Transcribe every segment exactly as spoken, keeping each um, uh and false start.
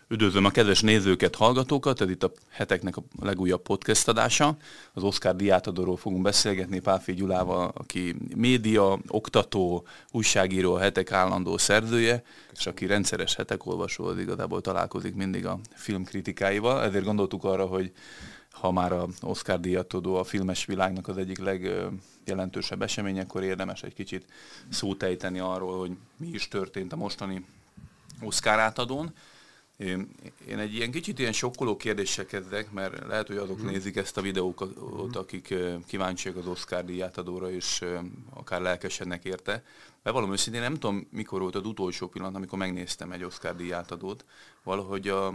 Üdvözlöm a kedves nézőket, hallgatókat, ez itt a heteknek a legújabb podcast adása. Az Oscar díjátadóról fogunk beszélgetni Pálffy Gyulával, aki média, oktató, újságíró, a hetek állandó szerzője, és aki rendszeres hetek olvasó, az igazából találkozik mindig a filmkritikáival. Ezért gondoltuk arra, hogy ha már az Oscar díjátadó a filmes világnak az egyik legjelentősebb esemény, akkor érdemes egy kicsit szót ejteni arról, hogy mi is történt a mostani Oscar átadón. Én, én egy ilyen kicsit ilyen sokkoló kérdéssel kezdek, mert lehet, hogy azok mm. nézik ezt a videót, akik kíváncsiak az Oscar díjátadóra, és akár lelkesednek érte. Bevallom őszintén, nem tudom, mikor volt az utolsó pillanat, amikor megnéztem egy Oscar díjátadót. Valahogy a,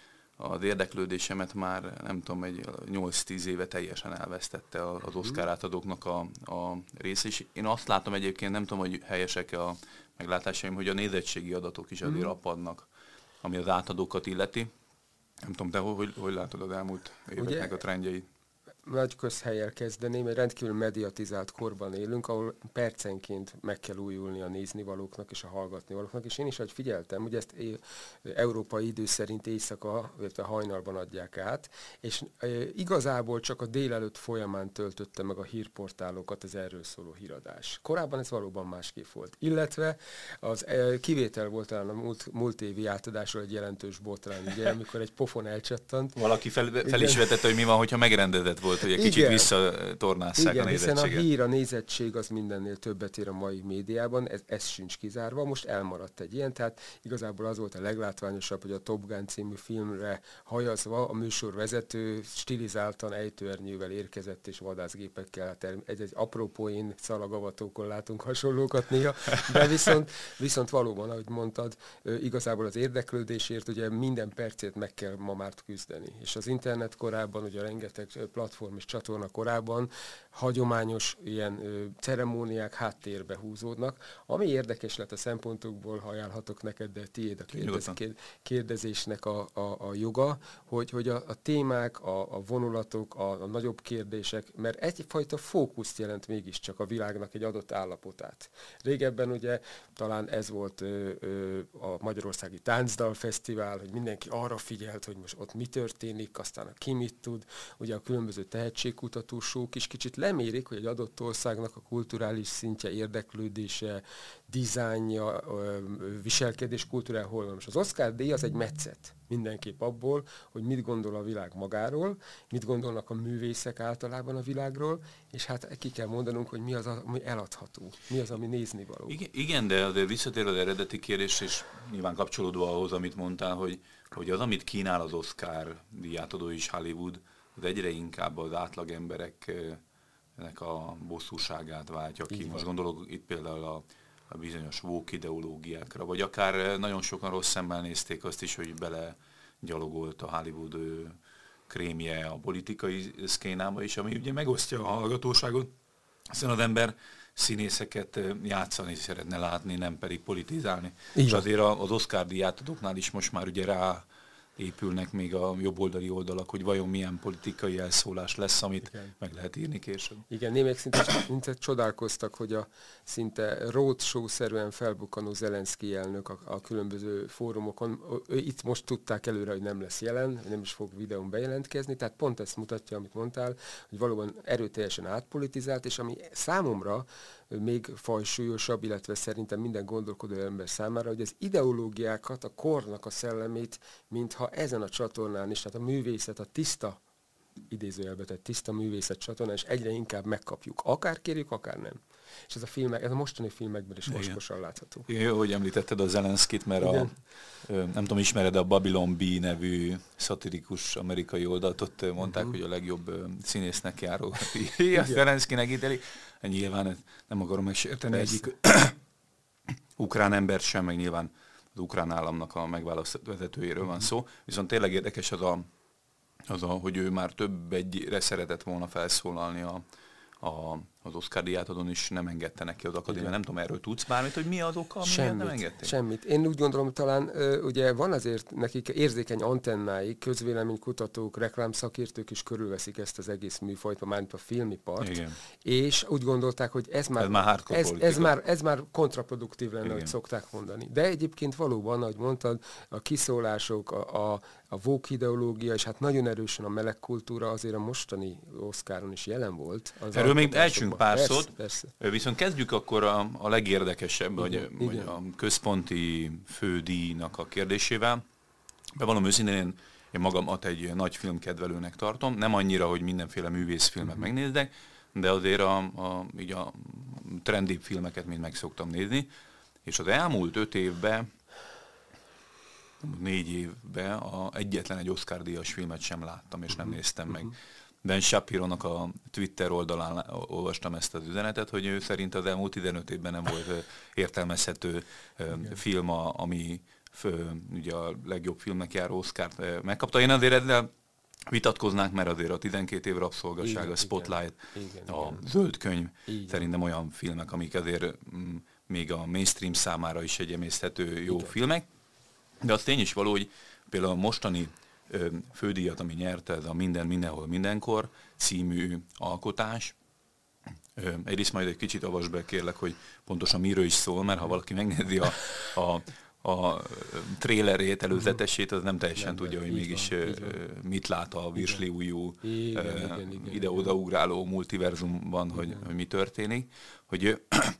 az érdeklődésemet már, nem tudom, egy nyolc-tíz éve teljesen elvesztette az Oscar átadóknak a, a része. És én azt látom egyébként, nem tudom, hogy helyesek-e a meglátásaim, hogy a nézettségi adatok is azért mm. apadnak, ami az átadókat illeti. Nem tudom, te hogy, hogy látod az elmúlt éveknek a trendjeit? Nagy közhellyel kezdeném, egy rendkívül mediatizált korban élünk, ahol percenként meg kell újulni a néznivalóknak és a hallgatnivalóknak, és én is, hogy figyeltem, ugye ezt é- európai idő szerint éjszaka, illetve hajnalban adják át, és e, igazából csak a délelőtt folyamán töltötte meg a hírportálokat az erről szóló híradás. Korábban ez valóban másképp volt. Illetve az e, kivétel volt talán a múlt, múlt évi átadásról egy jelentős botrány, ugye, amikor egy pofon elcsattant. Valaki fel, fel is vetette, hogy mi van, hogyha megrendezett volt, hogy egy kicsit igen. visszatornásszák igen, a nézettséget. Hiszen a hír, a nézettség az mindennél többet ér a mai médiában, ez, ez sincs kizárva, most elmaradt egy ilyen, tehát igazából az volt a leglátványosabb, hogy a Top Gun című filmre hajazva a műsorvezető stilizáltan ejtőernyővel érkezett és vadászgépekkel, ez egy apró poén, szalagavatókon látunk hasonlókat néha, de viszont, viszont valóban, ahogy mondtad, igazából az érdeklődésért ugye minden percét meg kell ma már küzdeni, és az internet korában ugye rengeteg platform és csatorna korában hagyományos ilyen ö, ceremóniák háttérbe húzódnak. Ami érdekes lett a szempontokból, ha ajánlhatok neked, de tiéd a kérdez, kérdezésnek a, a, a joga, hogy, hogy a, a témák, a, a vonulatok, a, a nagyobb kérdések, mert egyfajta fókuszt jelent mégiscsak a világnak egy adott állapotát. Régebben ugye talán ez volt ö, ö, a Magyarországi Táncdalfesztivál, hogy mindenki arra figyelt, hogy most ott mi történik, aztán a ki mit tud, ugye a különböző tehetségkutatósok is kicsit lemérik, hogy egy adott országnak a kulturális szintje, érdeklődése, dizájnja, viselkedés kultúrája hol van. Most az Oscar díj az egy metszet mindenképp abból, hogy mit gondol a világ magáról, mit gondolnak a művészek általában a világról, és hát ki kell mondanunk, hogy mi az, ami eladható, mi az, ami néznivaló. Igen, igen, de azért visszatér az eredeti kérdés, és nyilván kapcsolódva ahhoz, amit mondtál, hogy, hogy az, amit kínál az Oscar díjátadó is Hollywood, az egyre inkább az átlag embereknek a bosszúságát váltja ki. Most gondolok itt például a, a bizonyos woke ideológiákra, vagy akár nagyon sokan rossz szemmel nézték azt is, hogy bele gyalogolt a Hollywood ő, krémje a politikai szkénába is, ami ugye megosztja a hallgatóságot, hiszen az ember színészeket játszani szeretne látni, nem pedig politizálni. Igen. És azért az Oscar díjátadóknál is most már ugye rá épülnek még a jobboldali oldalak, hogy vajon milyen politikai elszólás lesz, amit igen. meg lehet írni később. Igen, némelyek szinte, szinte csodálkoztak, hogy a szinte roadshow-szerűen felbukkanó Zelenszky elnök a, a különböző fórumokon, itt most tudták előre, hogy nem lesz jelen, nem is fog videón bejelentkezni, tehát pont ezt mutatja, amit mondtál, hogy valóban erőteljesen átpolitizált, és ami számomra még fajsúlyosabb, illetve szerintem minden gondolkodó ember számára, hogy az ideológiákat, a kornak a szellemét, mintha ezen a csatornán is, tehát a művészet, a tiszta, idézőjelbe tett tiszta művészet csatornán, és egyre inkább megkapjuk. Akár kérjük, akár nem. És ez a, filmek, ez a mostani filmekben is vaskosan látható. Jó, hogy említetted a Zelenszkit, mert a, nem tudom, ismered a Babylon Bee nevű szatirikus amerikai oldalt, ott mondták, uh-huh. hogy a legjobb színésznek járó. A Zelenszkinek ítéli. Nyilván nem akarom megsérteni egyik ukrán embert sem, meg nyilván az ukrán államnak a megválasztott vezetőjéről van szó. Viszont tényleg érdekes az a, az a hogy ő már több egyre szeretett volna felszólalni a, a az Oscar díjátadón is nem engedte neki az akadémia. Nem tudom, erről tudsz bármit, hogy mi az oka, miért nem engedték? Semmit. Én úgy gondolom, talán ugye van azért nekik érzékeny antennáik, közvéleménykutatók, reklámszakértők is körülveszik ezt az egész műfajt, mármint a filmipart, igen. És úgy gondolták, hogy ez már, ez már, ez, ez már, ez már kontraproduktív lenne, igen. Hogy szokták mondani. De egyébként valóban, ahogy mondtad, a kiszólások, a, a, a woke ideológia, és hát nagyon erősen a meleg kultúra azért a mostani Oscaron is jelen volt. Az erről még elcsünk pár persze, szót, persze. Viszont kezdjük akkor a, a legérdekesebb, vagy, vagy a központi fődíjnak a kérdésével. Bevallom őszintén, én, én magamat egy nagy filmkedvelőnek tartom, nem annyira, hogy mindenféle művészfilmet uh-huh. megnézdek, de azért a, a, így a trendibb filmeket mind meg szoktam nézni, és az elmúlt öt évben, négy évben a egyetlen egy Oscar-díjas filmet sem láttam, és nem néztem meg. Ben Shapiro-nak a Twitter oldalán olvastam ezt az üzenetet, hogy ő szerint az elmúlt tizenöt évben nem volt értelmezhető igen. film, ami fő, ugye a legjobb filmnek járó Oscart megkapta. Én azért ezzel vitatkoznánk, mert azért a tizenkét év rabszolgaság, igen, a Spotlight, igen, a igen. Zöld könyv, igen. Szerintem olyan filmek, amik azért m, még a mainstream számára is egy emészthető jó igen. filmek. De az tény is való, hogy például a mostani ö, fődíjat, ami nyerte, ez a Minden, Mindenhol, Mindenkor című alkotás. Ö, egyrészt majd egy kicsit avasd be, kérlek, hogy pontosan miről is szól, mert ha valaki megnézi a, a, a trélerét, előzetesét, az nem teljesen nem, tudja, hogy mégis van, mit lát a virsliújú ide-oda ugráló multiverzumban, hogy, hogy mi történik. Hogy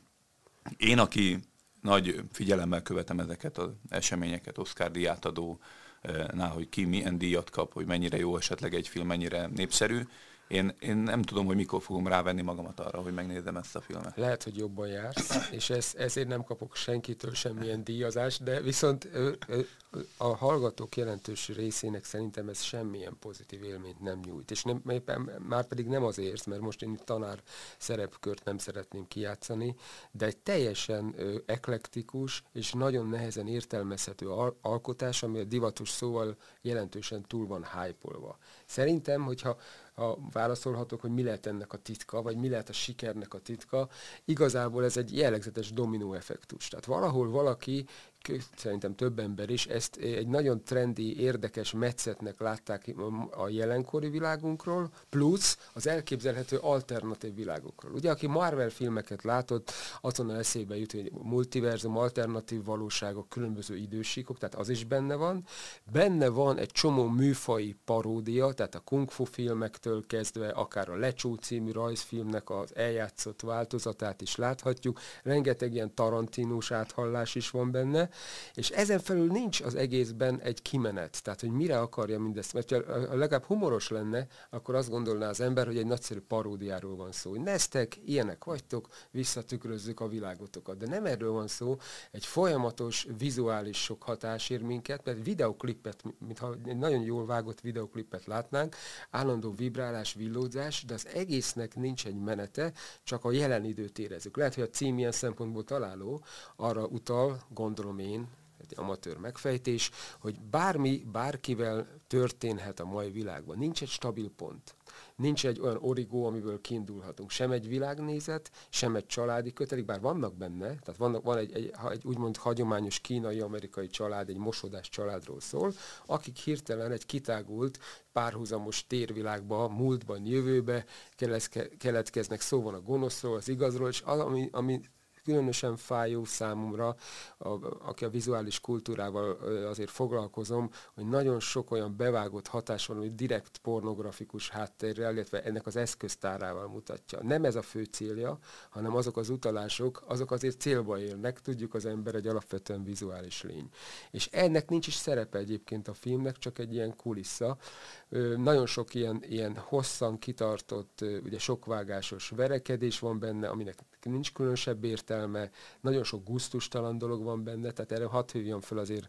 én, aki nagy figyelemmel követem ezeket az eseményeket, Oscar díjátadónál, hogy ki milyen díjat kap, hogy mennyire jó esetleg egy film, mennyire népszerű. Én, én nem tudom, hogy mikor fogom rávenni magamat arra, hogy megnézem ezt a filmet. Lehet, hogy jobban jársz, és ez, ezért nem kapok senkitől semmilyen díjazást, de viszont ö, ö, a hallgatók jelentős részének szerintem ez semmilyen pozitív élményt nem nyújt. És nem, már pedig nem azért, mert most én itt tanár szerepkört nem szeretném kijátszani, de egy teljesen ö, eklektikus és nagyon nehezen értelmezhető al- alkotás, ami a divatos szóval jelentősen túl van hype-olva. Szerintem, hogyha ha válaszolhatok, hogy mi lehet ennek a titka, vagy mi lehet a sikernek a titka, igazából ez egy jellegzetes dominó effektus. Tehát valahol valaki, szerintem több ember is, ezt egy nagyon trendi, érdekes metszetnek látták a jelenkori világunkról, plusz az elképzelhető alternatív világokról. Ugye, aki Marvel filmeket látott, azonnal eszébe jut, hogy multiverzum, alternatív valóságok, különböző idősíkok, tehát az is benne van. Benne van egy csomó műfaji paródia, tehát a kung fu filmektől kezdve, akár a Lecsó című rajzfilmnek az eljátszott változatát is láthatjuk. Rengeteg ilyen Tarantinós áthallás is van benne, és ezen felül nincs az egészben egy kimenet, tehát hogy mire akarja mindezt, mert ha legalább humoros lenne, akkor azt gondolná az ember, hogy egy nagyszerű paródiáról van szó, hogy neztek, ilyenek vagytok, visszatükrözzük a világotokat, de nem erről van szó, egy folyamatos vizuális sok hatás ér minket, mert videoklipet, mintha egy nagyon jól vágott videoklipet látnánk, állandó vibrálás, villódzás, de az egésznek nincs egy menete, csak a jelen időt érezzük. Lehet, hogy a cím ilyen szempontból találó, arra utal, gondolom én, egy amatőr megfejtés, hogy bármi, bárkivel történhet a mai világban. Nincs egy stabil pont. Nincs egy olyan origó, amiből kiindulhatunk. Sem egy világnézet, sem egy családi kötelék, bár vannak benne, tehát vannak, van egy, egy, egy úgymond hagyományos kínai-amerikai család, egy mosodás családról szól, akik hirtelen egy kitágult, párhuzamos térvilágba, múltban, jövőbe keletkeznek, szó van a gonoszról, az igazról, és az, ami, ami különösen fájó számomra, a, aki a vizuális kultúrával azért foglalkozom, hogy nagyon sok olyan bevágott hatás van, hogy direkt pornografikus háttérrel, illetve ennek az eszköztárával mutatja. Nem ez a fő célja, hanem azok az utalások, azok azért célba érnek, tudjuk, az ember egy alapvetően vizuális lény. És ennek nincs is szerepe egyébként a filmnek, csak egy ilyen kulissza. Nagyon sok ilyen, ilyen hosszan kitartott, ugye sokvágásos verekedés van benne, aminek nincs különösebb értelme, nagyon sok gusztustalan dolog van benne, tehát erre hadd hívjam fel azért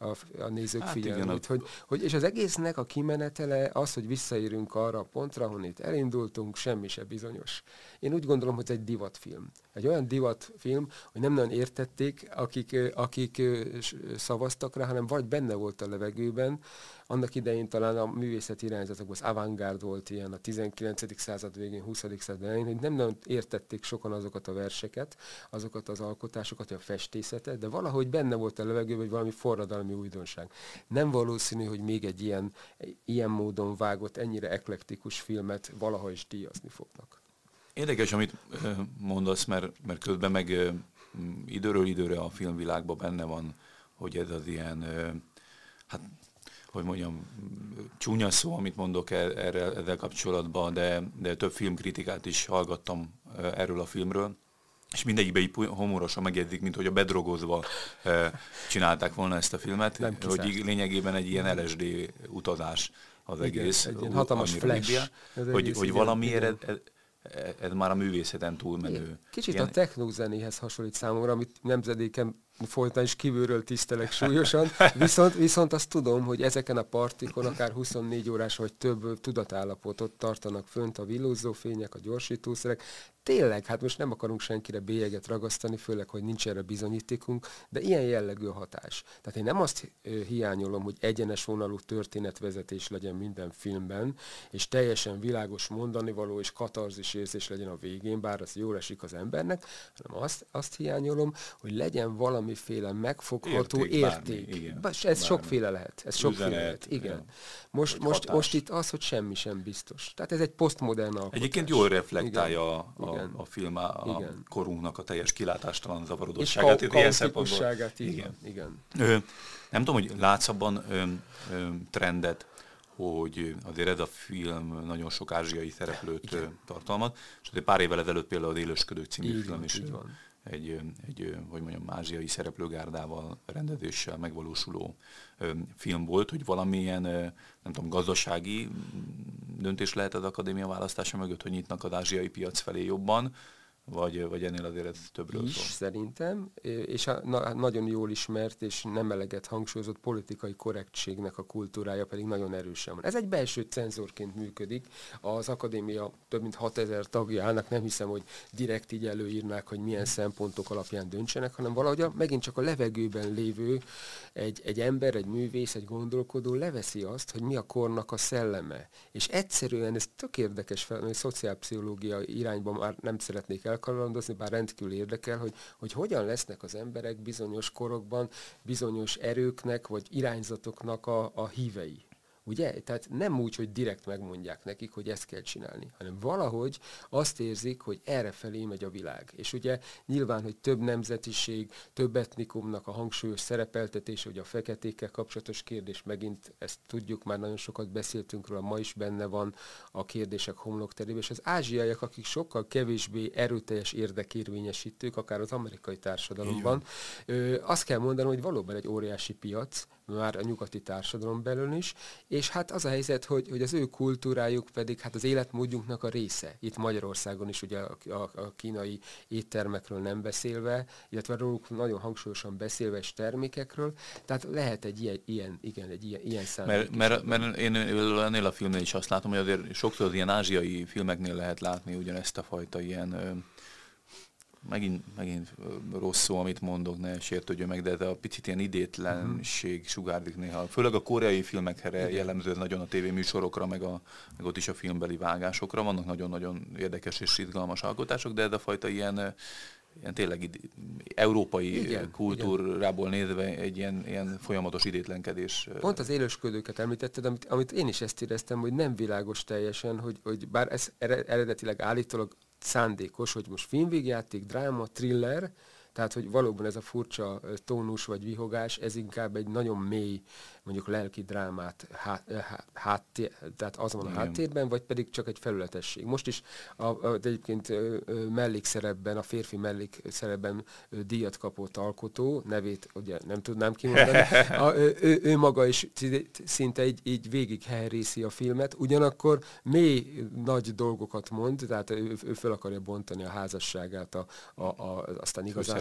a, a nézők hát figyelmét. Hogy, hogy, és az egésznek a kimenetele az, hogy visszaérünk arra a pontra, ahonnét elindultunk, semmi se bizonyos. Én úgy gondolom, hogy ez egy divatfilm. Egy olyan divatfilm, hogy nem nagyon értették, akik, akik szavaztak rá, hanem vagy benne volt a levegőben. Annak idején talán a művészeti irányzatokban az avantgárd volt ilyen a tizenkilencedik század végén, huszadik század elején, hogy nem nagyon értették sokan azokat a verseket, azokat az alkotásokat, a festészetet, de valahogy benne volt a levegőben, hogy valami forradalmi újdonság. Nem valószínű, hogy még egy ilyen, ilyen módon vágott, ennyire eklektikus filmet valaha is díjazni fognak. Érdekes, amit mondasz, mert, mert közben meg időről időre a filmvilágban benne van, hogy ez az ilyen, hát hogy mondjam, csúnya szó, amit mondok erre, ezzel kapcsolatban, de, de több filmkritikát is hallgattam erről a filmről, és mindegyikben így humorosan megjegyzik, mint hogy a bedrogozva csinálták volna ezt a filmet, hogy lényegében egy ilyen el es dé utazás az igen, egész. Egy ilyen hatalmas flash. Hogy, hogy valamiért ez, ez már a művészeten túlmenő. Kicsit ilyen... a technózenéhez hasonlít számomra, amit nemzedéken folyton is kívülről tisztelek súlyosan, viszont, viszont azt tudom, hogy ezeken a partikon akár huszonnégy órás vagy több tudatállapotot tartanak fönt a villózó fények, a gyorsítószerek. Tényleg, hát most nem akarunk senkire bélyeget ragasztani, főleg, hogy nincs erre bizonyítékunk, de ilyen jellegű a hatás. Tehát én nem azt hiányolom, hogy egyenes vonalú történetvezetés legyen minden filmben, és teljesen világos mondanivaló és katarzis érzés legyen a végén, bár az jól esik az embernek, hanem azt, azt hiányolom, hogy legyen valamiféle megfogható érték. érték. Bármi, igen, ez bármi. sokféle lehet. Ez sokféle Üzenet, lehet, igen. Most, most, most itt az, hogy semmi sem biztos. Tehát ez egy posztmodern alkotás. Egyébként jól reflektálja a, a, a film a, a korunknak a teljes kilátástalan zavarodosságát. És kaotikusságát, igen. igen. Ö, nem tudom, hogy látsz abban ö, ö, trendet, hogy azért ez a film nagyon sok ázsiai szereplőt ö, tartalmaz, és azért pár évvel ezelőtt például az Élősködők című így film van, is egy, egy, hogy mondjam, ázsiai szereplőgárdával, rendezéssel megvalósuló ö, film volt, hogy valamilyen, ö, nem tudom, gazdasági döntés lehet az akadémia választása mögött, hogy nyitnak az ázsiai piac felé jobban, vagy, vagy ennél azért ez többről is, szól? Szerintem, és a na, nagyon jól ismert és nem eleget hangsúlyozott politikai korrektségnek a kultúrája pedig nagyon erősen van. Ez egy belső cenzorként működik. Az akadémia több mint hatezer tagjának nem hiszem, hogy direkt így előírnák, hogy milyen szempontok alapján döntsenek, hanem valahogy a, megint csak a levegőben lévő egy, egy ember, egy művész, egy gondolkodó leveszi azt, hogy mi a kornak a szelleme. És egyszerűen ez tök érdekes, fel, hogy szociálpszichológia irányban már nem szeretnék elkalandozni, bár rendkívül érdekel, hogy, hogy hogyan lesznek az emberek bizonyos korokban, bizonyos erőknek vagy irányzatoknak a, a hívei. Ugye? Tehát nem úgy, hogy direkt megmondják nekik, hogy ezt kell csinálni, hanem valahogy azt érzik, hogy errefelé megy a világ. És ugye nyilván, hogy több nemzetiség, több etnikumnak a hangsúlyos szerepeltetése, hogy a feketékkel kapcsolatos kérdés, megint ezt tudjuk, már nagyon sokat beszéltünk róla, ma is benne van a kérdések homlokterében, és az ázsiaiak, akik sokkal kevésbé erőteljes érdekérvényesítők, akár az amerikai társadalomban, ö, azt kell mondanom, hogy valóban egy óriási piac, már a nyugati társadalom belül is, és hát az a helyzet, hogy, hogy az ő kultúrájuk pedig hát az életmódjunknak a része. Itt Magyarországon is ugye a, a, a kínai éttermekről nem beszélve, illetve róluk nagyon hangsúlyosan beszélve és termékekről, tehát lehet egy ilyen, ilyen igen, egy ilyen, ilyen szándék. Mert, mert, mert én ennél a filmnél is azt látom, hogy azért sokszor az ilyen ázsiai filmeknél lehet látni ugyanezt a fajta ilyen... Megint, megint rossz szó, amit mondok, ne sértődjön meg, de ez a picit ilyen idétlenség uh-huh. sugárzik néha. Főleg a koreai filmekre jellemző ez nagyon a tévéműsorokra, meg, a, meg ott is a filmbeli vágásokra. Vannak nagyon-nagyon érdekes és izgalmas alkotások, de ez a fajta ilyen, ilyen tényleg id- európai igen, kultúrából igen. nézve egy ilyen, ilyen folyamatos idétlenkedés. Pont az Élősködőket említetted, amit, amit én is ezt éreztem, hogy nem világos teljesen, hogy, hogy bár ez eredetileg állítólag szándékos, hogy most filmvégjáték, dráma, thriller, tehát hogy valóban ez a furcsa tónus vagy vihogás, ez inkább egy nagyon mély, mondjuk lelki drámát hát, hát, tehát az van a háttérben, vagy pedig csak egy felületesség. Most is a, a, egyébként mellékszerepben, a férfi mellékszerepben díjat kapott alkotó, nevét ugye nem tudnám kimondani, a, ő, ő, ő maga is szinte így, így végig helyrészi a filmet, ugyanakkor mély nagy dolgokat mond, tehát ő, ő fel akarja bontani a házasságát, a, a, a, aztán igazán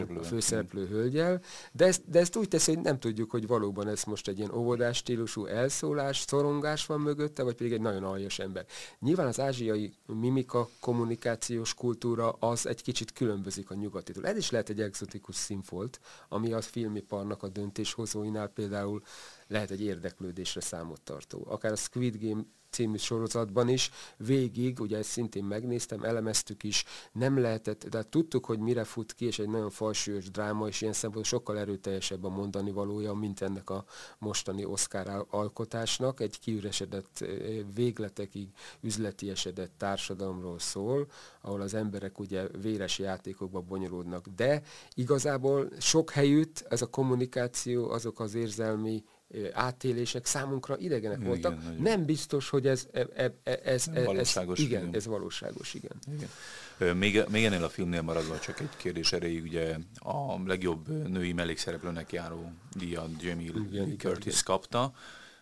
főszereplő, a főszereplő hölgyel, de ezt, de ezt úgy teszi, hogy nem tudjuk, hogy valóban ez most egy ilyen óvodás stílusú elszólás, szorongás van mögötte, vagy pedig egy nagyon aljas ember. Nyilván az ázsiai mimika, kommunikációs kultúra az egy kicsit különbözik a nyugatitól. Ez is lehet egy egzotikus színfolt, ami a filmiparnak a döntéshozóinál például lehet egy érdeklődésre számot tartó. Akár a Squid Game című sorozatban is végig, ugye ezt szintén megnéztem, elemeztük is, nem lehetett, de tudtuk, hogy mire fut ki, és egy nagyon falsúlyos dráma, és ilyen szempontból sokkal erőteljesebb a mondani valója, mint ennek a mostani Oscar alkotásnak. Egy kiüresedett, végletekig üzletiesedett társadalomról szól, ahol az emberek ugye véres játékokba bonyolódnak. De igazából sok helyütt ez a kommunikáció, azok az érzelmi átélések számunkra idegenek igen, voltak. Nagyon. Nem biztos, hogy ez, ez, ez, ez, valóságos, ez, igen, igen, ez valóságos, igen. igen. Még, még ennél a filmnél maradva csak egy kérdés erejéig, ugye a legjobb női mellékszereplőnek járó díjat Jamie Lee Curtis igen. kapta,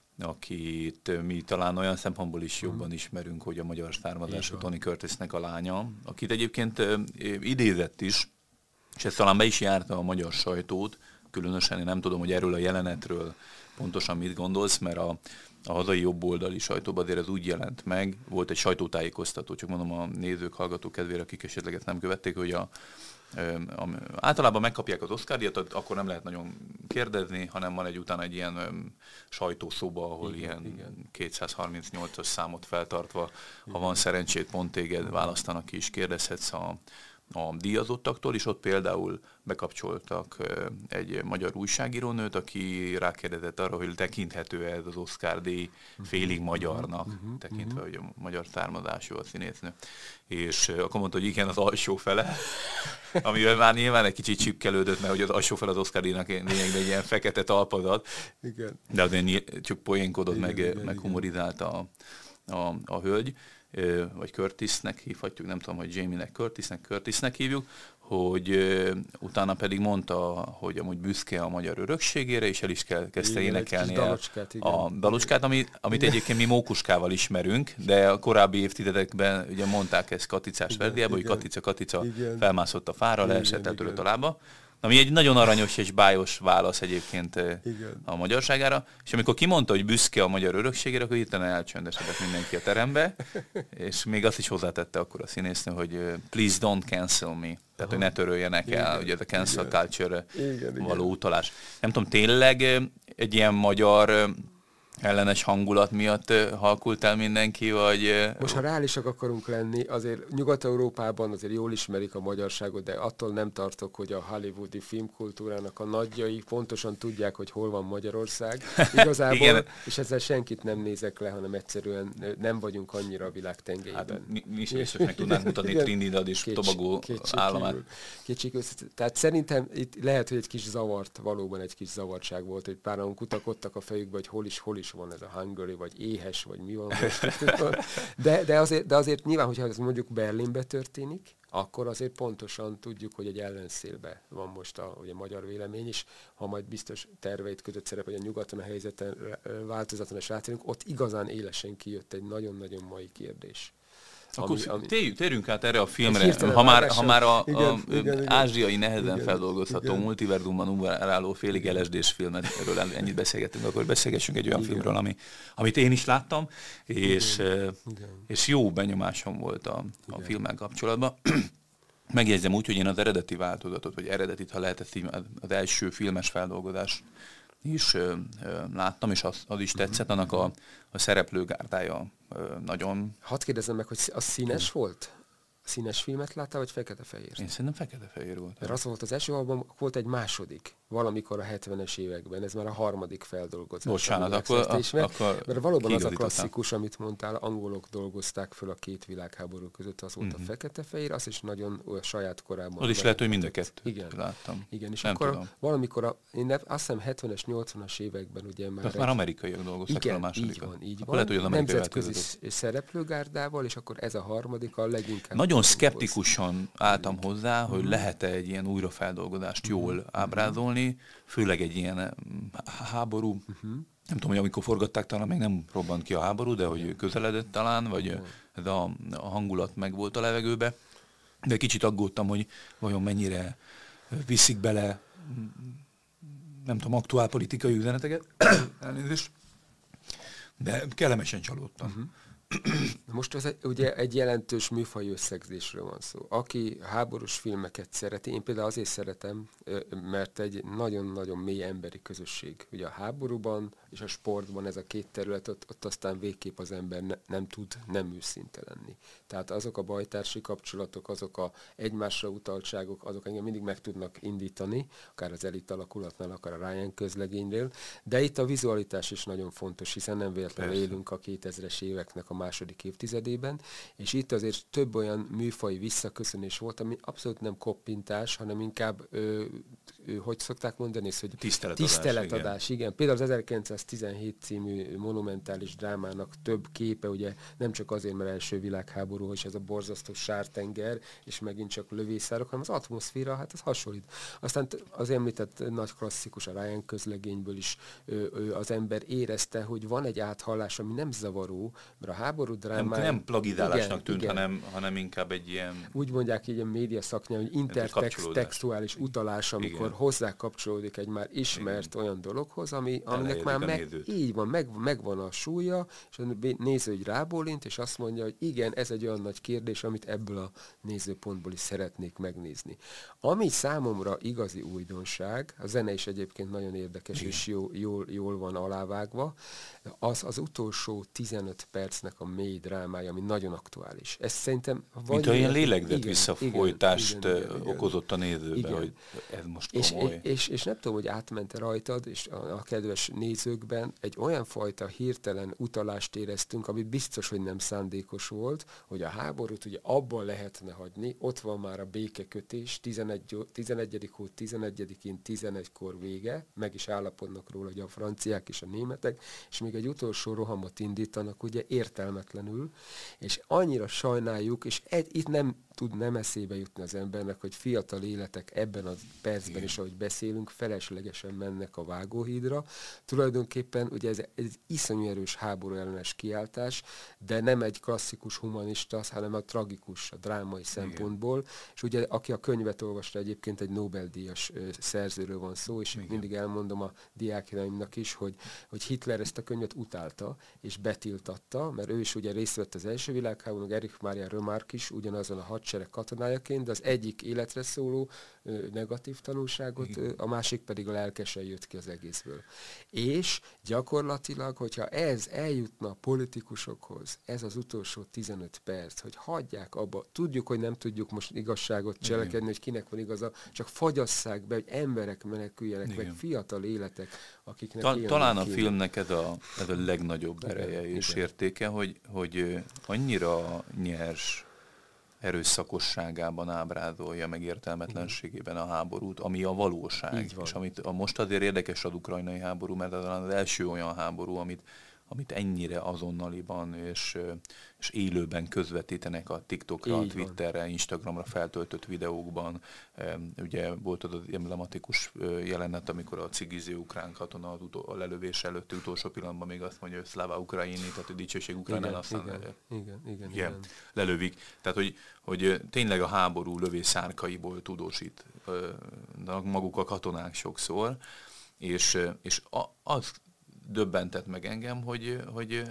akit mi talán olyan szempontból is jobban hmm. ismerünk, hogy a magyar származású Tony Curtisnek a lánya, akit egyébként idézett is, és ez talán be is járta a magyar sajtót, különösen én nem tudom, hogy erről a jelenetről pontosan mit gondolsz, mert a, a hazai jobboldali sajtóban azért ez úgy jelent meg, volt egy sajtótájékoztató, csak mondom a nézők, hallgatók kedvére, akik esetleg ezt nem követték, hogy a, a, a, általában megkapják az Oscar-díjat, akkor nem lehet nagyon kérdezni, hanem van egy utána egy ilyen um, sajtószoba, ahol igen, ilyen igen. kétszázharmincnyolcas számot feltartva, igen. ha van szerencsét, pont téged választanak ki, és kérdezhetsz a a díjazottaktól, és ott például bekapcsoltak egy magyar újságírónőt, aki rákérdezett arra, hogy tekinthető ez az Oscar-díj félig magyarnak, uh-huh, tekintve, uh-huh. hogy a magyar származású a színésznő. És akkor mondta, hogy igen, az alsó fele, amivel már nyilván egy kicsit csipkelődött, mert hogy az alsó fele az Oscar-díjnak lényegben egy ilyen fekete talpazat, igen. de azért csak poénkodott, igen, meg, igen, meg humorizált a, a, a hölgy. Vagy Curtisnek hívhatjuk, nem tudom, hogy Jamie-nek, Curtisnek, Curtisnek hívjuk, hogy uh, utána pedig mondta, hogy amúgy büszke a magyar örökségére, és el is kell, kezdte igen, énekelni dalocskát, a dalocskát, ami, amit igen. egyébként mi mókuskával ismerünk, de a korábbi évtizedekben ugye mondták ezt Katicás Verdiában, hogy Katica, Katica igen. felmászott a fára, leesett el tőled a lába. Ami egy nagyon aranyos és bájos válasz egyébként igen. a magyarságára, és amikor kimondta, hogy büszke a magyar örökségére, akkor hirtelen elcsöndesedett mindenki a terembe, és még azt is hozzátette akkor a színésznő, hogy please don't cancel me, tehát aha. hogy ne töröljenek igen. el, ugye ez a cancel igen. culture igen, való igen. utalás. Nem tudom, tényleg egy ilyen magyar ellenes hangulat miatt halkult el mindenki, vagy... Most, ha reálisak akarunk lenni, azért Nyugat-Európában azért jól ismerik a magyarságot, de attól nem tartok, hogy a hollywoodi filmkultúrának a nagyjai pontosan tudják, hogy hol van Magyarország igazából, és ezzel senkit nem nézek le, hanem egyszerűen nem vagyunk annyira a világ tengelyében. Hát, mi, mi is biztos meg tudnánk mutatni Trinidad és Tobago államát. Kétségkívül. Tehát szerintem itt lehet, hogy egy kis zavart, valóban egy kis zavartság volt, hogy páran kutakodtak a fejükbe, hogy hol is, hol is van ez a hungary, vagy éhes, vagy mi van most. De, de, azért, de azért nyilván, hogyha ez mondjuk Berlinbe történik, akkor azért pontosan tudjuk, hogy egy ellenszélbe van most a, ugye, magyar vélemény is, ha majd biztos terveit között szerepel, hogy a nyugaton a helyzeten változatlan és rátérünk, ott igazán élesen kijött egy nagyon-nagyon mai kérdés. Akkor ami, ami... Térjünk, térjünk át erre a filmre, ha már, ha már a, igen, a igen, igen, ázsiai nehezen igen, feldolgozható multiverzumban uberáló félig el es dés filmet, erről ennyit beszélgetünk, akkor beszélgessünk egy olyan igen. filmről, ami, amit én is láttam, és, igen, és jó benyomásom volt a, a filmmel kapcsolatban. Megjegyzem úgy, hogy én az eredeti változatot, vagy eredetit, ha lehet, az első filmes feldolgozás is ö, ö, láttam, és az, az is tetszett, annak a, a szereplőgárdája ö, nagyon... Hadd kérdezzem meg, hogy az színes volt? Színes filmet láttál, vagy fekete-fehér? Én szerintem fekete-fehér volt. Mert az volt az első, abban volt egy második, valamikor a hetvenes években, ez már a harmadik feldolgozás. Bocsánat, akkor, mert, akkor mert valóban az a klasszikus, amit mondtál, angolok dolgozták föl a két világháború között, az volt uh-huh. a fekete-fehér, az is nagyon a saját korában. Az is lehet, hogy mind a kettőt igen. láttam. Igen, és nem akkor tudom. Valamikor, a, én ne, azt hiszem hetvenes, nyolcvanas években ugye már... Egy, már amerikaiak dolgoztak igen, a másodikat. így van, így akkor van. Lehet, hogy az nemzetközi szereplőgárdával, és akkor ez a harmadik a leginkább... Nagyon szkeptikusan álltam hozzá, hogy lehet-e egy ilyen újrafeldolgozást jól ábrázolni, főleg egy ilyen háború, uh-huh. nem tudom, hogy amikor forgatták, talán még nem robbant ki a háború, de hogy közeledett talán, vagy uh-huh. ez a, a hangulat meg volt a levegőbe. De kicsit aggódtam, hogy vajon mennyire viszik bele, nem tudom, aktuálpolitikai üzeneteket, elnézést, de kellemesen csalódtam. Uh-huh. Most az ugye egy jelentős műfaj összegzésről van szó. Aki háborús filmeket szereti, én például azért szeretem, mert egy nagyon-nagyon mély emberi közösség. Ugye a háborúban és a sportban ez a két terület, ott, ott aztán végképp az ember ne, nem tud nem őszinte lenni. Tehát azok a bajtársi kapcsolatok, azok a egymásra utaltságok, azok engem mindig meg tudnak indítani, akár az Elit alakulatnál, akár a Ryan közlegényről, de itt a vizualitás is nagyon fontos, hiszen nem véletlenül élünk a kétezres éveknek a második évtizedében, és itt azért több olyan műfai visszaköszönés volt, ami abszolút nem koppintás, hanem inkább, ö, ö, hogy szokták mondani, hogy tiszteletadás. tiszteletadás igen. igen. Például az ezerkilencszáztizenhét című monumentális drámának több képe, ugye nem csak azért, mert első világháború, és ez a borzasztó sártenger, és megint csak lövészárok, hanem az atmoszféra, hát ez hasonlít. Aztán az említett nagy klasszikus, a Ryan közlegényből is ö, ö, az ember érezte, hogy van egy áthallás, ami nem zavaró, mert a háború drámán... Nem, nem plagidálásnak tűnt, hanem, hanem inkább egy ilyen... Úgy mondják így a média szaknyelven, hogy intertextuális utalás, amikor igen. hozzá kapcsolódik egy már ismert igen. olyan dologhoz, ami, aminek már meg, így van, meg, megvan a súlya, és a néző így rábólint, és azt mondja, hogy igen, ez egy olyan nagy kérdés, amit ebből a nézőpontból is szeretnék megnézni. Ami számomra igazi újdonság, a zene is egyébként nagyon érdekes, igen. és jó, jól, jól van alávágva, az az utolsó tizenöt percnek a mély drámája, ami nagyon aktuális. Ez szerintem... Mint olyan ilyen lélegzett visszafolytást igen, igen, igen, okozott a nézőbe, igen. hogy ez most komoly. És, és, és nem tudom, hogy átmente rajtad, és a, a kedves nézőkben egy olyan fajta hirtelen utalást éreztünk, ami biztos, hogy nem szándékos volt, hogy a háborút ugye abban lehetne hagyni, ott van már a békekötés, tizenegyedik hó tizenegyedikén tizenegykor vége, meg is állapodnak róla, hogy a franciák és a németek, és még egy utolsó rohamot indítanak, ugye értelmetlenül, és annyira sajnáljuk, és egy, itt nem tud nem eszébe jutni az embernek, hogy fiatal életek ebben a percben igen. is, ahogy beszélünk, feleslegesen mennek a vágóhídra. Tulajdonképpen ugye ez egy iszonyú erős háború ellenes kiáltás, de nem egy klasszikus humanista, hanem a tragikus, a drámai szempontból. Igen. És ugye aki a könyvet olvasta, egyébként egy Nobel-díjas ö, szerzőről van szó, és igen. mindig elmondom a diákjaimnak is, hogy, hogy Hitler ezt a könyvet utálta, és betiltatta, mert ő is ugye részt vett az első világháborúban, meg Erich Maria Remarque is ugyanazon a hadsereg katonájaként, de az egyik életre szóló ö, negatív tanulságot, ö, a másik pedig a lelkesen jött ki az egészből. És gyakorlatilag, hogyha ez eljutna a politikusokhoz, ez az utolsó tizenöt perc, hogy hagyják abba, tudjuk, hogy nem tudjuk most igazságot cselekedni, igen. hogy kinek van igaza, csak fagyasszák be, hogy emberek meneküljenek, igen. meg fiatal életek, akiknek Ta, Talán a filmnek ez a, ez a legnagyobb ereje igen, és igen. értéke, hogy, hogy annyira nyers erőszakosságában ábrázolja, meg értelmetlenségében a háborút, ami a valóság. És amit a most azért érdekes az ukrajnai háború, mert az az első olyan háború, amit, amit ennyire azonnaliban és, és élőben közvetítenek a TikTokra, a Twitterre, Instagramra feltöltött videókban. Ugye volt az emblematikus jelenet, amikor a cigiző ukrán katona az utol, a lelövés előtti utolsó pillanatban még azt mondja, hogy szláva ukrajini, tehát a dicsőség ukránán, aztán igen, igen, igen, igen, igen, lelövik. Tehát, hogy, hogy tényleg a háború lövészárkaiból tudósítnak maguk a katonák sokszor, és, és az döbbentett meg engem, hogy, hogy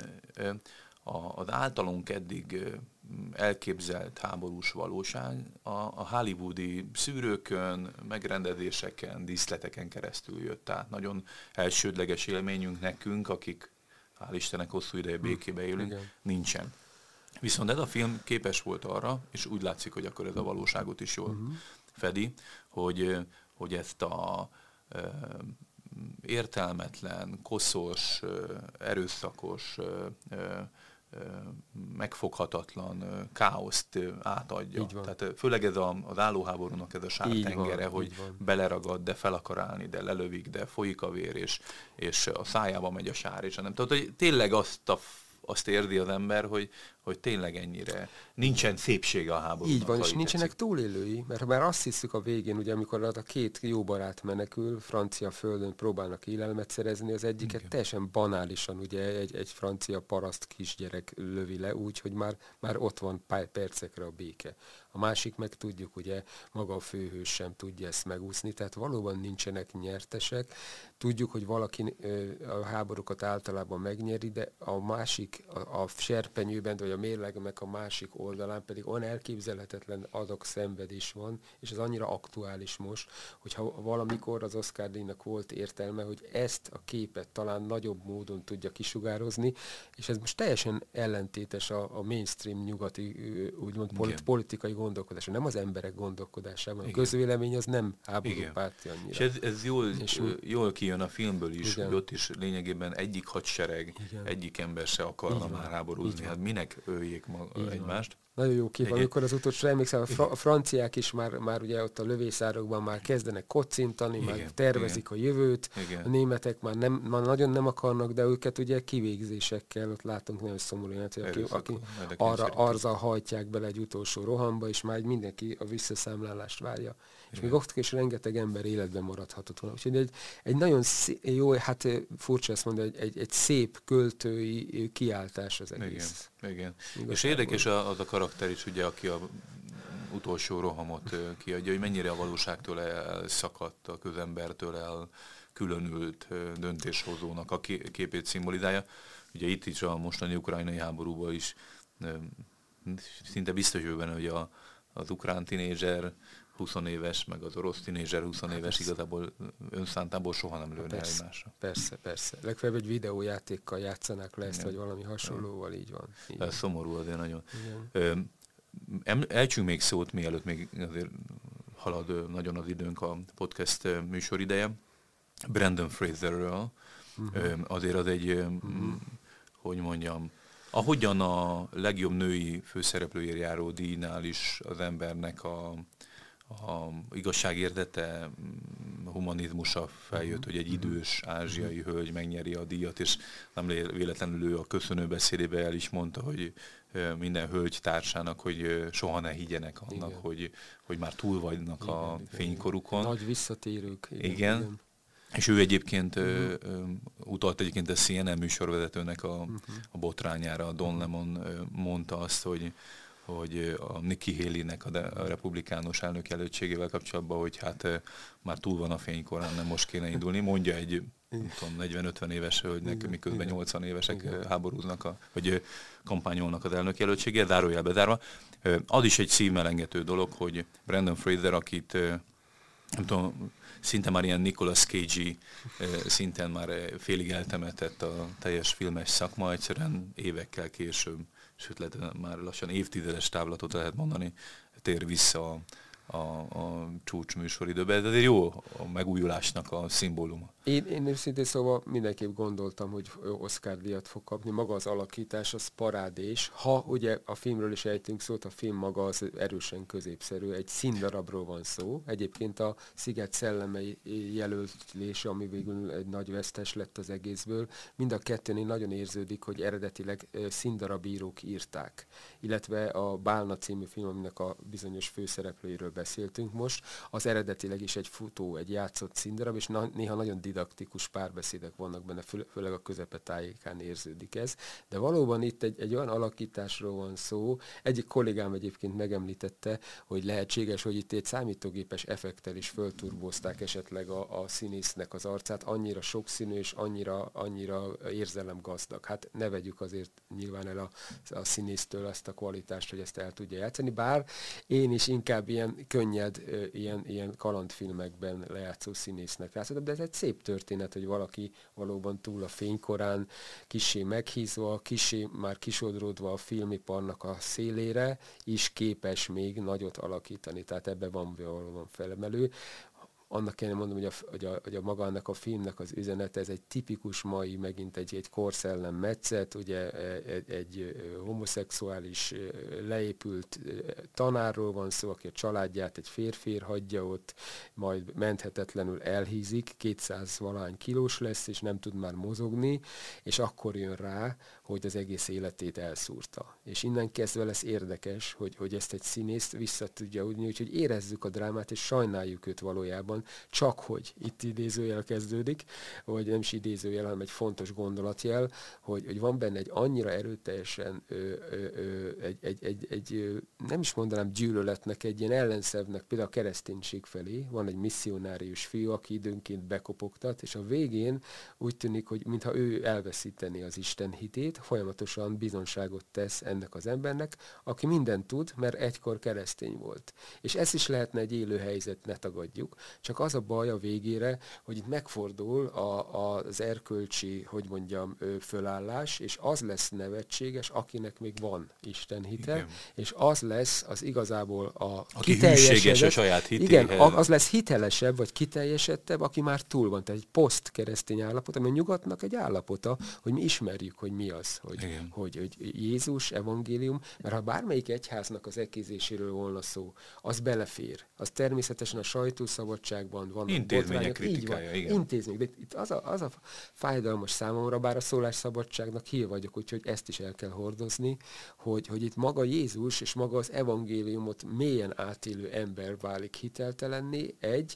az általunk eddig elképzelt háborús valóság a, a hollywoodi szűrőkön, megrendezéseken, díszleteken keresztül jött át. Nagyon elsődleges élményünk nekünk, akik hál' Istennek hosszú ideje békébe élünk, igen. nincsen. Viszont ez a film képes volt arra, és úgy látszik, hogy akkor ez a valóságot is jól uh-huh. fedi, hogy, hogy ezt a értelmetlen, koszos, erőszakos, megfoghatatlan káoszt átadja. Tehát főleg ez a, az állóháborúnak ez a sártengere, hogy beleragad, de fel akar állni, de lelövik, de folyik a vér, és, és a szájába megy a sár, és nem. Tehát, hogy tényleg azt a azt érdi az ember, hogy, hogy tényleg ennyire nincsen szépsége a háborúnak. Így van, és nincsenek túlélői, mert már azt hiszük a végén, ugye, amikor a két jó barát menekül, francia földön próbálnak élelmet szerezni, az egyiket igen. teljesen banálisan, ugye egy, egy francia paraszt kisgyerek lövi le, úgy, hogy már, már ott van pár percekre a béke. A másik meg tudjuk, ugye maga a főhős sem tudja ezt megúszni, tehát valóban nincsenek nyertesek. Tudjuk, hogy valaki a háborúkat általában megnyeri, de a másik, a, a serpenyőben, vagy a mérlegnek a másik oldalán pedig olyan elképzelhetetlen adag szenvedés van, és ez annyira aktuális most, hogyha valamikor az Oscar-díjnak volt értelme, hogy ezt a képet talán nagyobb módon tudja kisugározni, és ez most teljesen ellentétes a, a mainstream nyugati, úgymond polit, politikai gondolkodása, nem az emberek gondolkodásában. A közvélemény az nem háborúpárti annyira. És ez, ez jól, és jól kijön a filmből is, igen. hogy ott is lényegében egyik hadsereg, igen. egyik ember se akarna így már háborúzni. Hát minek öljék ma egymást? Nagyon jó kép, amikor az utolsó, emlékszem, a, fra- a franciák is már, már ugye ott a lövészárokban már kezdenek kocintani, igen, már tervezik igen. a jövőt, igen. a németek már, nem, már nagyon nem akarnak, de őket ugye kivégzésekkel, ott látunk nagyon szomorú, hogy aki, aki arra, arra hajtják bele egy utolsó rohamba, és már mindenki a visszaszámlálást várja. És igen. még ott is rengeteg ember életben maradhatott volna. Úgyhogy egy, egy nagyon szép, jó, hát furcsa ezt mondani, egy, egy, egy szép költői kiáltás az egész. Igen, igen. És érdekes az a karakter is, ugye, aki a utolsó rohamot kiadja, hogy mennyire a valóságtól elszakadt, a közembertől elkülönült döntéshozónak a képét szimbolizálja. Ugye itt is a mostani ukrajnai háborúban is szinte biztos ő benne, hogy a, az ukrán tinédzser húsz éves, meg az orosz tinédzser húsz éves persze. igazából önszántából soha nem lőne persze, egymásra. Persze, persze. Legfeljebb egy videójátékkal játszanák le ezt, vagy valami hasonlóval, így van. Így Ez szomorú azért nagyon. Elcsünk még szót, mielőtt még azért halad nagyon az időnk a podcast műsorideje. Brendan Fraserről. Uh-huh. Azért az egy, uh-huh. hogy mondjam, ahogyan a legjobb női főszereplőért járó díjnál is az embernek a a igazságérdete, humanizmusa feljött, hogy egy idős ázsiai hölgy megnyeri a díjat, és nem véletlenül ő a köszönőbeszédében el is mondta, hogy minden hölgy társának, hogy soha ne higgyenek annak, hogy, hogy már túl vagynak igen, a igen, fénykorukon. Nagy visszatérők. Igen. igen. igen. És ő egyébként uh-huh. uh, utalt egyébként a C N N műsorvezetőnek a, uh-huh. a botrányára, a Don Lemon uh, mondta azt, hogy hogy a Nikki Haley-nek a, de, a republikánus elnök jelöltségével kapcsolatban, hogy hát e, már túl van a fénykorán, nem most kéne indulni. Mondja egy tudom, negyven-ötven éves hölgynek, miközben nyolcvan évesek igen. háborúznak, a, vagy kampányolnak az elnök jelöltségért, zárójel bezárva. Az is egy szívmelengető dolog, hogy Brendan Fraser, akit nem tudom, szinte már ilyen Nicolas Cage-i szinten már félig eltemetett a teljes filmes szakma, egyszerűen évekkel később, sőt lehet már lassan évtizedes távlatot lehet mondani, tér vissza a, a, a csúcs műsoridőbe. Ez azért jó a megújulásnak a szimbóluma. Én, én őszintén szóval mindenképp gondoltam, hogy Oscar-díjat fog kapni. Maga az alakítás, az parádés. Ha ugye a filmről is ejtünk szót, a film maga az erősen középszerű. Egy színdarabról van szó. Egyébként a Sziget szellemei jelölése, ami végül egy nagy vesztes lett az egészből. Mind a kettőnél nagyon érződik, hogy eredetileg színdarabírók írták. Illetve a Bálna című film, aminek a bizonyos főszereplőiről beszéltünk most, az eredetileg is egy futó, egy játszott színdarab, és na, néha nagyon didaktikus párbeszédek vannak benne, fő, főleg a közepetájékán érződik ez. De valóban itt egy, egy olyan alakításról van szó, egyik kollégám egyébként megemlítette, hogy lehetséges, hogy itt egy számítógépes effektel is fölturbozták esetleg a, a színésznek az arcát, annyira sokszínű és annyira, annyira érzelemgazdag. Hát ne vegyük azért nyilván el a, a színésztől azt a kvalitást, hogy ezt el tudja játszani, bár én is inkább ilyen könnyed, ilyen, ilyen kalandfilmekben lejátszó színésznek látszottam, de ez egy szép történet, hogy valaki valóban túl a fénykorán, kissé meghízva, kissé már kisodródva a filmiparnak a szélére, is képes még nagyot alakítani, tehát ebben van valóban felemelő. annak kellene mondom, hogy a, hogy, a, hogy a magának a filmnek az üzenete, ez egy tipikus mai, megint egy, egy korszellem metszet, ugye egy, egy homoszexuális leépült tanárról van szó, aki a családját egy férfiért hagyja ott, majd menthetetlenül elhízik, kétszáz valahány kilós lesz, és nem tud már mozogni, és akkor jön rá, hogy az egész életét elszúrta. És innen kezdve lesz érdekes, hogy, hogy ezt egy színész vissza tudja úgy, úgyhogy érezzük a drámát, és sajnáljuk őt valójában, csak hogy itt idézőjel kezdődik, vagy nem is idézőjel, hanem egy fontos gondolatjel, hogy, hogy van benne egy annyira erőteljesen ö, ö, ö, egy, egy, egy, egy ö, nem is mondanám gyűlöletnek, egy ilyen ellenszevnek, például a kereszténység felé, van egy misszionárius fiú, aki időnként bekopogtat, és a végén úgy tűnik, hogy mintha ő elveszíteni az Isten hitét, folyamatosan bizonságot tesz ennek az embernek, aki mindent tud, mert egykor keresztény volt. És ez is lehetne egy élő helyzet, ne tagadjuk, csak az a baj a végére, hogy itt megfordul a, a, az erkölcsi, hogy mondjam, fölállás, és az lesz nevetséges, akinek még van Isten hite, igen. És az lesz az igazából a aki hűséges a saját hitéhez. Igen, az lesz hitelesebb, vagy kiteljesettebb, aki már túl van. Tehát egy poszt-keresztény állapot, ami a nyugatnak egy állapota, hogy mi ismerjük, hogy mi az, hogy, hogy, hogy Jézus, evangélium, mert ha bármelyik egyháznak az elkézéséről volna szó, az belefér. Az természetesen a sajtószabadságban van. Intézmények kritikája, igen. Intézmények, de itt az a, az a fájdalmas számomra, bár a szólásszabadságnak hív vagyok, úgyhogy ezt is el kell hordozni, hogy, hogy itt maga Jézus és maga az evangéliumot mélyen átélő ember válik hiteltelenné egy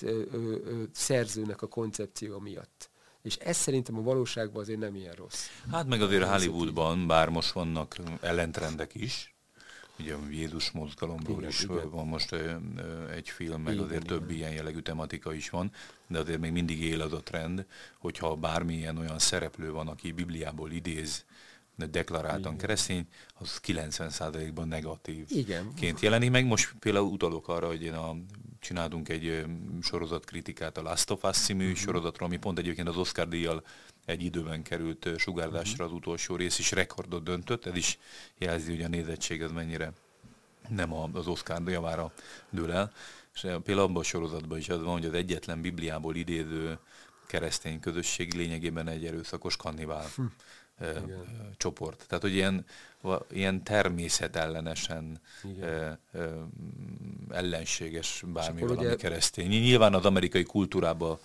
szerzőnek a koncepció miatt. És ez szerintem a valóságban azért nem ilyen rossz. Hát meg azért Hollywoodban, bár most vannak ellentrendek is, ugye a Jézus mozgalomról igen, is igen. Van most egy film, meg igen, azért igen. Több ilyen jellegű tematika is van, de azért még mindig él az a trend, hogyha bármilyen olyan szereplő van, aki Bibliából idéz, deklaráltan igen. keresztény, az kilencven százalékban negatívként jelenik meg. Most például utalok arra, hogy én a, csináltunk egy sorozatkritikát a Last of Us című uh-huh. sorozatról, ami pont egyébként az Oscar-díjjal egy időben került sugárzásra az utolsó rész, és rekordot döntött. Ez is jelzi, hogy a nézettség ez mennyire nem az Oscar javára dől el. És például abban a sorozatban is az van, hogy az egyetlen Bibliából idéző keresztény közösség lényegében egy erőszakos kannibál. Hm. Igen. csoport. Tehát, hogy ilyen, ilyen természetellenesen ö, ö, ellenséges bármi valami ugye... keresztény. Nyilván az amerikai kultúrában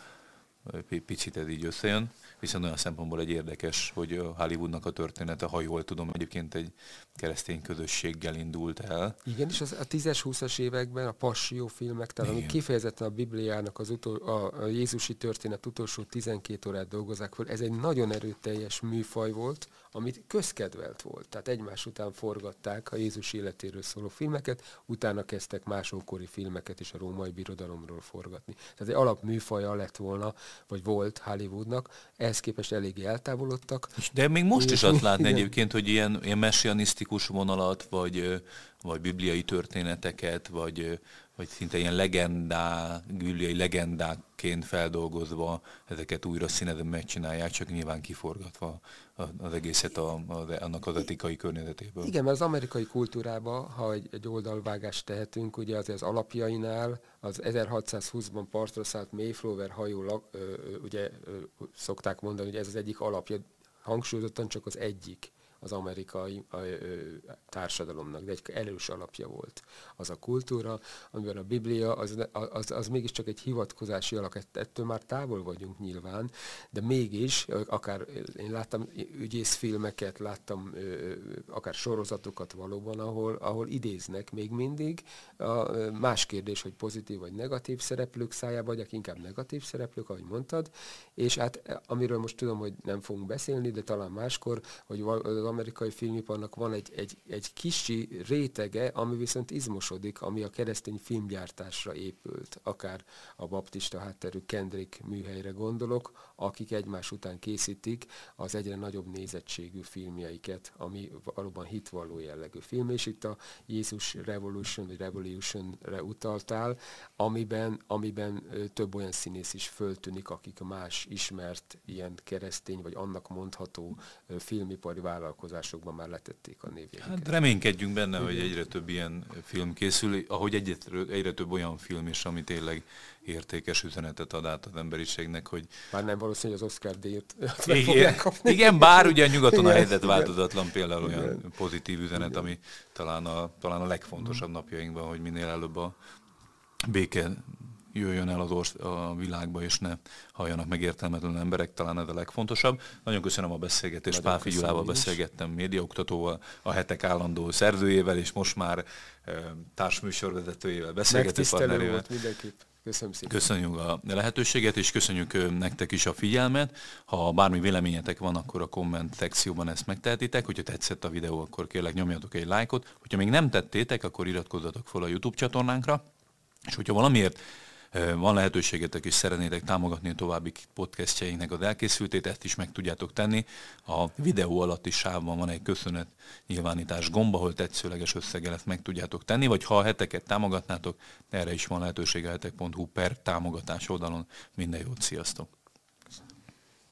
picit ez így összejön, viszont olyan szempontból egy érdekes, hogy Hollywoodnak a története, ha jól tudom, egyébként egy keresztény közösséggel indult el. Igen, és az a tízes-húszas években a passió filmek, tehát amik kifejezetten a Bibliának az utol, a, a Jézusi történet utolsó tizenkét órát dolgozzák föl, ez egy nagyon erőteljes műfaj volt, amit közkedvelt volt. Tehát egymás után forgatták a Jézus életéről szóló filmeket, utána kezdtek más ókori filmeket is a római birodalomról forgatni. Tehát egy alapműfaja lett volna, vagy volt Hollywoodnak, ehhez képest eléggé eltávolodtak. De még most is azt látni egyébként, hogy ilyen, ilyen messianisztikus vonalat, vagy, vagy bibliai történeteket, vagy, vagy szinte ilyen legendá, bibliai legendákként feldolgozva ezeket újra színezben megcsinálják, csak nyilván kiforgatva az egészet a, a, annak az etikai környezetéből. Igen, mert az amerikai kultúrában, ha egy, egy oldalvágást tehetünk, ugye azért az alapjainál, az ezerhatszázhúszban partra szállt Mayflower hajó, ugye szokták mondani, hogy ez az egyik alapja, hangsúlyozottan csak az egyik az amerikai a, ö, társadalomnak, de egy erős alapja volt az a kultúra, amiben a Biblia az, az, az mégiscsak egy hivatkozási alak, ettől már távol vagyunk nyilván, de mégis, akár én láttam ügyészfilmeket, láttam ö, akár sorozatokat valóban, ahol, ahol idéznek még mindig. A, más kérdés, hogy pozitív vagy negatív szereplők szájába vagyok, inkább negatív szereplők, ahogy mondtad, és hát amiről most tudom, hogy nem fogunk beszélni, de talán máskor, hogy az amerikai filmiparnak van egy, egy, egy kicsi rétege, ami viszont izmosodik, ami a keresztény filmgyártásra épült. Akár a baptista hátterű Kendrick műhelyre gondolok, akik egymás után készítik az egyre nagyobb nézettségű filmjeiket, ami valóban hitvalló jellegű film, és itt a Jézus Revolution, vagy Revolution-re utaltál, amiben, amiben több olyan színész is föltűnik, akik más ismert ilyen keresztény, vagy annak mondható filmipari vállalkozások vállalkozásokban már letették a névjegyüket. Hát reménykedjünk benne, igen, hogy egyre több ilyen film készül, ahogy egyre, egyre több olyan film is, ami tényleg értékes üzenetet ad át az emberiségnek, hogy... Bár nem valószínű, hogy az Oscar díjat meg fogják kapni. Igen, bár ugye nyugaton a helyzet változatlan, például olyan igen, pozitív üzenet, igen, ami talán a, talán a legfontosabb mm. napjainkban, hogy minél előbb a béke jöjjön el az orsz, a világba, és ne halljanak meg értelmetlen emberek, talán ez a legfontosabb. Nagyon köszönöm a beszélgetést, Pálffy Gyulával beszélgettem, médiaoktatóval, a Hetek állandó szerzőjével, és most már e, társműsorvezetőjével, beszélgető partnerével. Volt mindenképp. Köszönöm szépen. Köszönjük a lehetőséget, és köszönjük nektek is a figyelmet. Ha bármi véleményetek van, akkor a komment szekcióban ezt megtehetitek. Hogyha tetszett a videó, akkor kérlek nyomjatok egy lájkot. Hogyha még nem tettétek, akkor iratkozzatok fel a YouTube csatornánkra. És hogyha valamiért van lehetőségetek és szeretnétek támogatni a további podcastjainknek az elkészültét, ezt is meg tudjátok tenni. A videó alatti sávban van egy köszönet nyilvánítás gomb, ahol tetszőleges összeggel ezt meg tudjátok tenni, vagy ha a heteket támogatnátok, erre is van lehetőség a hetek pont hu per támogatás oldalon. Minden jót, sziasztok!